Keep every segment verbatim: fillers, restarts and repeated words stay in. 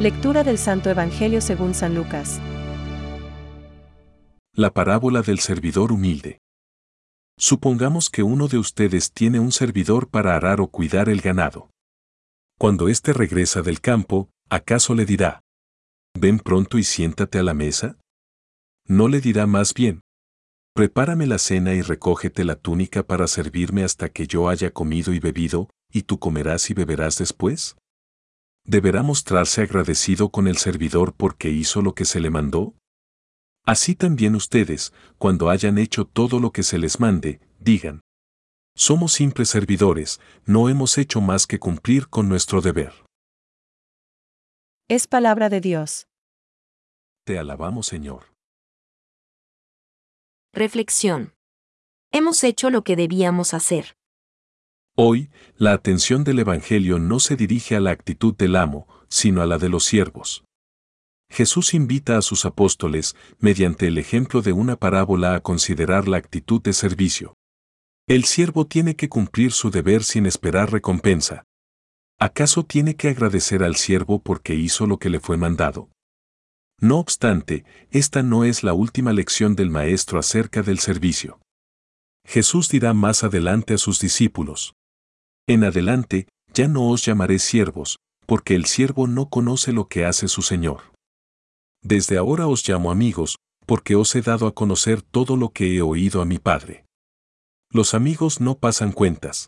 Lectura del Santo Evangelio según San Lucas. La parábola del servidor humilde. Supongamos que uno de ustedes tiene un servidor para arar o cuidar el ganado. Cuando éste regresa del campo, ¿acaso le dirá: ven pronto y siéntate a la mesa? ¿No le dirá más bien: prepárame la cena y recógete la túnica para servirme hasta que yo haya comido y bebido, y tú comerás y beberás después? ¿Deberá mostrarse agradecido con el servidor porque hizo lo que se le mandó? Así también ustedes, cuando hayan hecho todo lo que se les mande, digan: somos simples servidores, no hemos hecho más que cumplir con nuestro deber. Es palabra de Dios. Te alabamos, Señor. Reflexión. Hemos hecho lo que debíamos hacer. Hoy, la atención del Evangelio no se dirige a la actitud del amo, sino a la de los siervos. Jesús invita a sus apóstoles, mediante el ejemplo de una parábola, a considerar la actitud de servicio. El siervo tiene que cumplir su deber sin esperar recompensa. ¿Acaso tiene que agradecer al siervo porque hizo lo que le fue mandado? No obstante, esta no es la última lección del Maestro acerca del servicio. Jesús dirá más adelante a sus discípulos: en adelante, ya no os llamaré siervos, porque el siervo no conoce lo que hace su Señor. Desde ahora os llamo amigos, porque os he dado a conocer todo lo que he oído a mi Padre. Los amigos no pasan cuentas.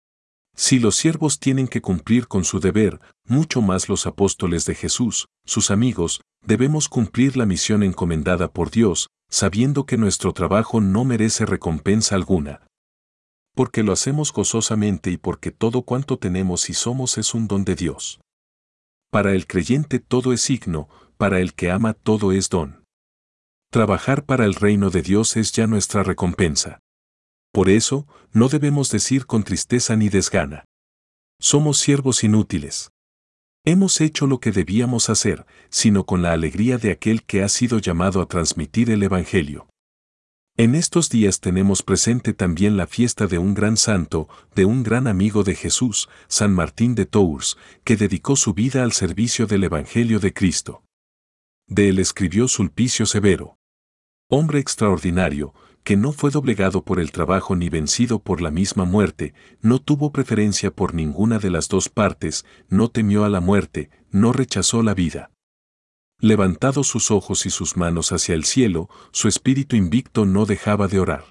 Si los siervos tienen que cumplir con su deber, mucho más los apóstoles de Jesús, sus amigos, debemos cumplir la misión encomendada por Dios, sabiendo que nuestro trabajo no merece recompensa alguna. Porque lo hacemos gozosamente y porque todo cuanto tenemos y somos es un don de Dios. Para el creyente todo es signo, para el que ama todo es don. Trabajar para el reino de Dios es ya nuestra recompensa. Por eso, no debemos decir con tristeza ni desgana: somos siervos inútiles. Hemos hecho lo que debíamos hacer, sino con la alegría de aquel que ha sido llamado a transmitir el Evangelio. En estos días tenemos presente también la fiesta de un gran santo, de un gran amigo de Jesús, San Martín de Tours, que dedicó su vida al servicio del Evangelio de Cristo. De él escribió Sulpicio Severo. Hombre extraordinario, que no fue doblegado por el trabajo ni vencido por la misma muerte, no tuvo preferencia por ninguna de las dos partes, no temió a la muerte, no rechazó la vida. Levantados sus ojos y sus manos hacia el cielo, su espíritu invicto no dejaba de orar.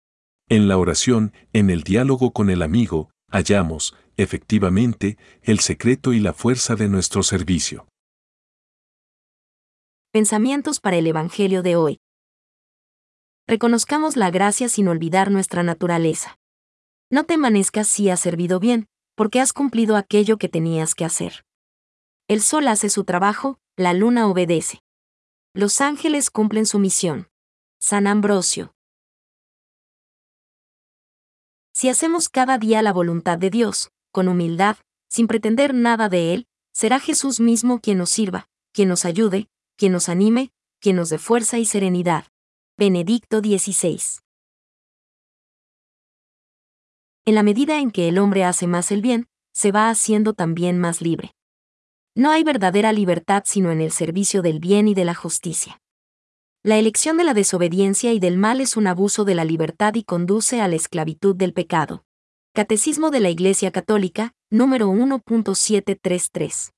En la oración, en el diálogo con el amigo, hallamos, efectivamente, el secreto y la fuerza de nuestro servicio. Pensamientos para el Evangelio de hoy. Reconozcamos la gracia sin olvidar nuestra naturaleza. No te envanezcas si has servido bien, porque has cumplido aquello que tenías que hacer. El sol hace su trabajo, la luna obedece. Los ángeles cumplen su misión. San Ambrosio. Si hacemos cada día la voluntad de Dios, con humildad, sin pretender nada de Él, será Jesús mismo quien nos sirva, quien nos ayude, quien nos anime, quien nos dé fuerza y serenidad. Benedicto dieciséis. En la medida en que el hombre hace más el bien, se va haciendo también más libre. No hay verdadera libertad sino en el servicio del bien y de la justicia. La elección de la desobediencia y del mal es un abuso de la libertad y conduce a la esclavitud del pecado. Catecismo de la Iglesia Católica, número uno punto setecientos treinta y tres.